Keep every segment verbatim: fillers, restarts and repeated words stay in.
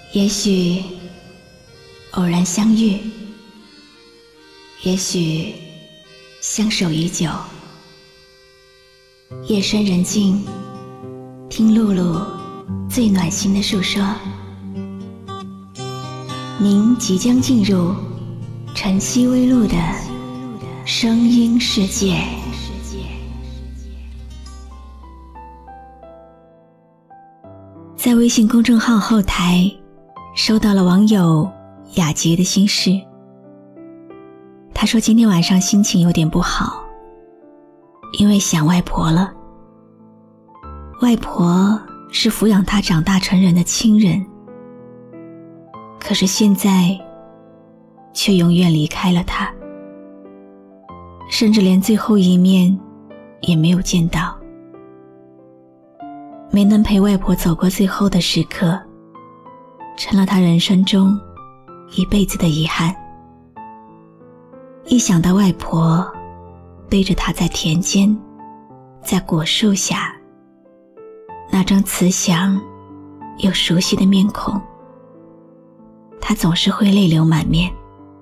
也许偶然相遇，也许相守已久。夜深人静，听露露最暖心的诉说。您即将进入晨曦微露的声音世界。在微信公众号后台收到了网友雅洁的心事。他说今天晚上心情有点不好，因为想外婆了。外婆是抚养他长大成人的亲人，可是现在却永远离开了他，甚至连最后一面也没有见到。没能陪外婆走过最后的时刻，成了他人生中一辈子的遗憾。一想到外婆背着他在田间，在果树下，那张慈祥又熟悉的面孔，他总是会泪流满面。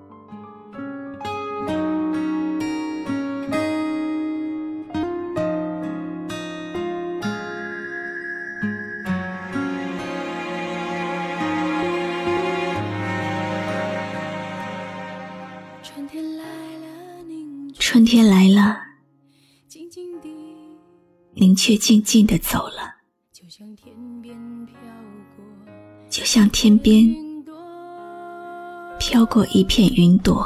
春天来了，您却静静地走了，就像天边飘过一片云朵。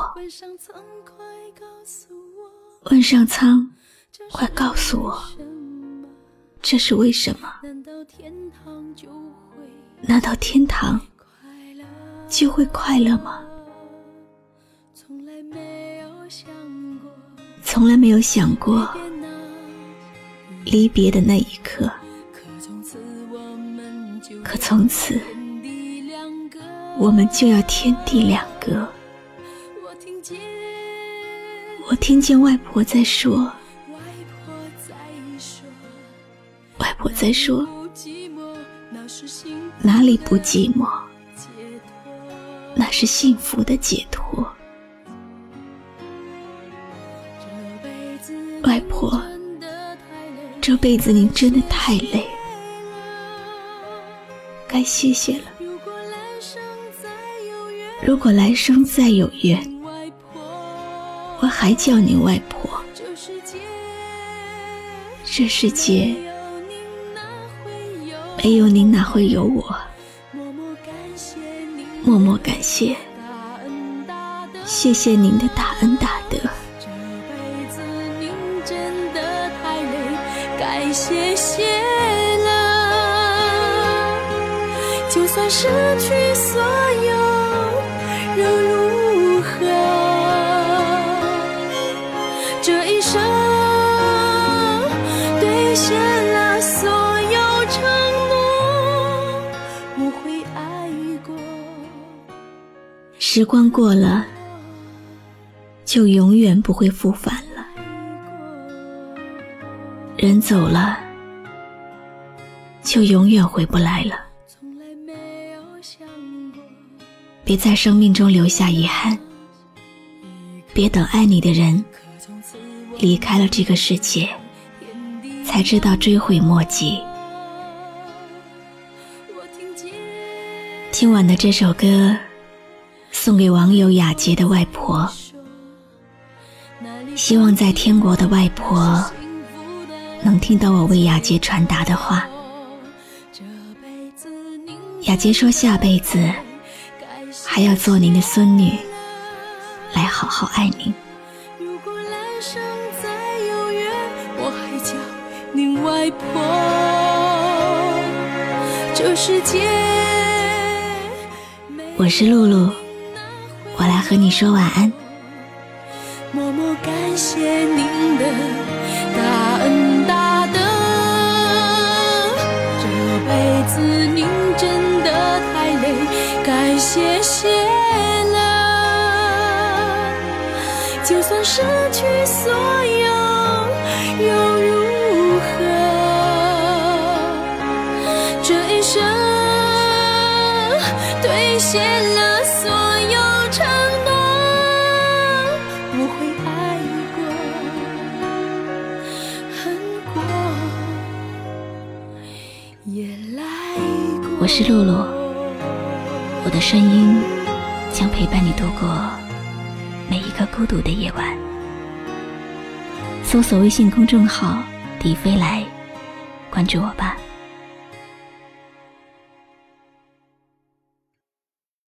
问上苍，快告诉我，这是为什么？难道天堂就会快乐吗？从来没有想过离别的那一刻，可从此我们就要天地两隔。我听见外婆在说，外婆在说，哪里不寂寞，那是幸福的解脱。外婆，这辈子您真的太累，该谢谢了。如果来生再有缘，我还叫您外婆。这世界没有您哪会有我？默默感谢，谢谢您的大恩大德。 该谢谢了，就算失去所有又如何？这一生兑现了所有承诺，我会爱过。 时光过了，就永远不会复返了。人走了，就永远回不来了。别在生命中留下遗憾，别等爱你的人离开了这个世界，才知道追悔莫及。今晚的这首歌送给网友雅洁的外婆，希望在天国的外婆能听到我为雅洁传达的话。雅洁说下辈子还要做您的孙女，来好好爱您。 如果来生再有缘，我还叫您外婆。这世界我是露露，我来和你说晚安。 默默感谢您的大恩大德，这辈子您真的太累，该谢谢了。就算失去所有又如何？这一生兑现了所有承诺。我会爱过，恨过，也来过。 我是露露，我的声音将陪伴你度过每一个孤独的夜晚。搜索微信公众号“迪飞来”，关注我吧。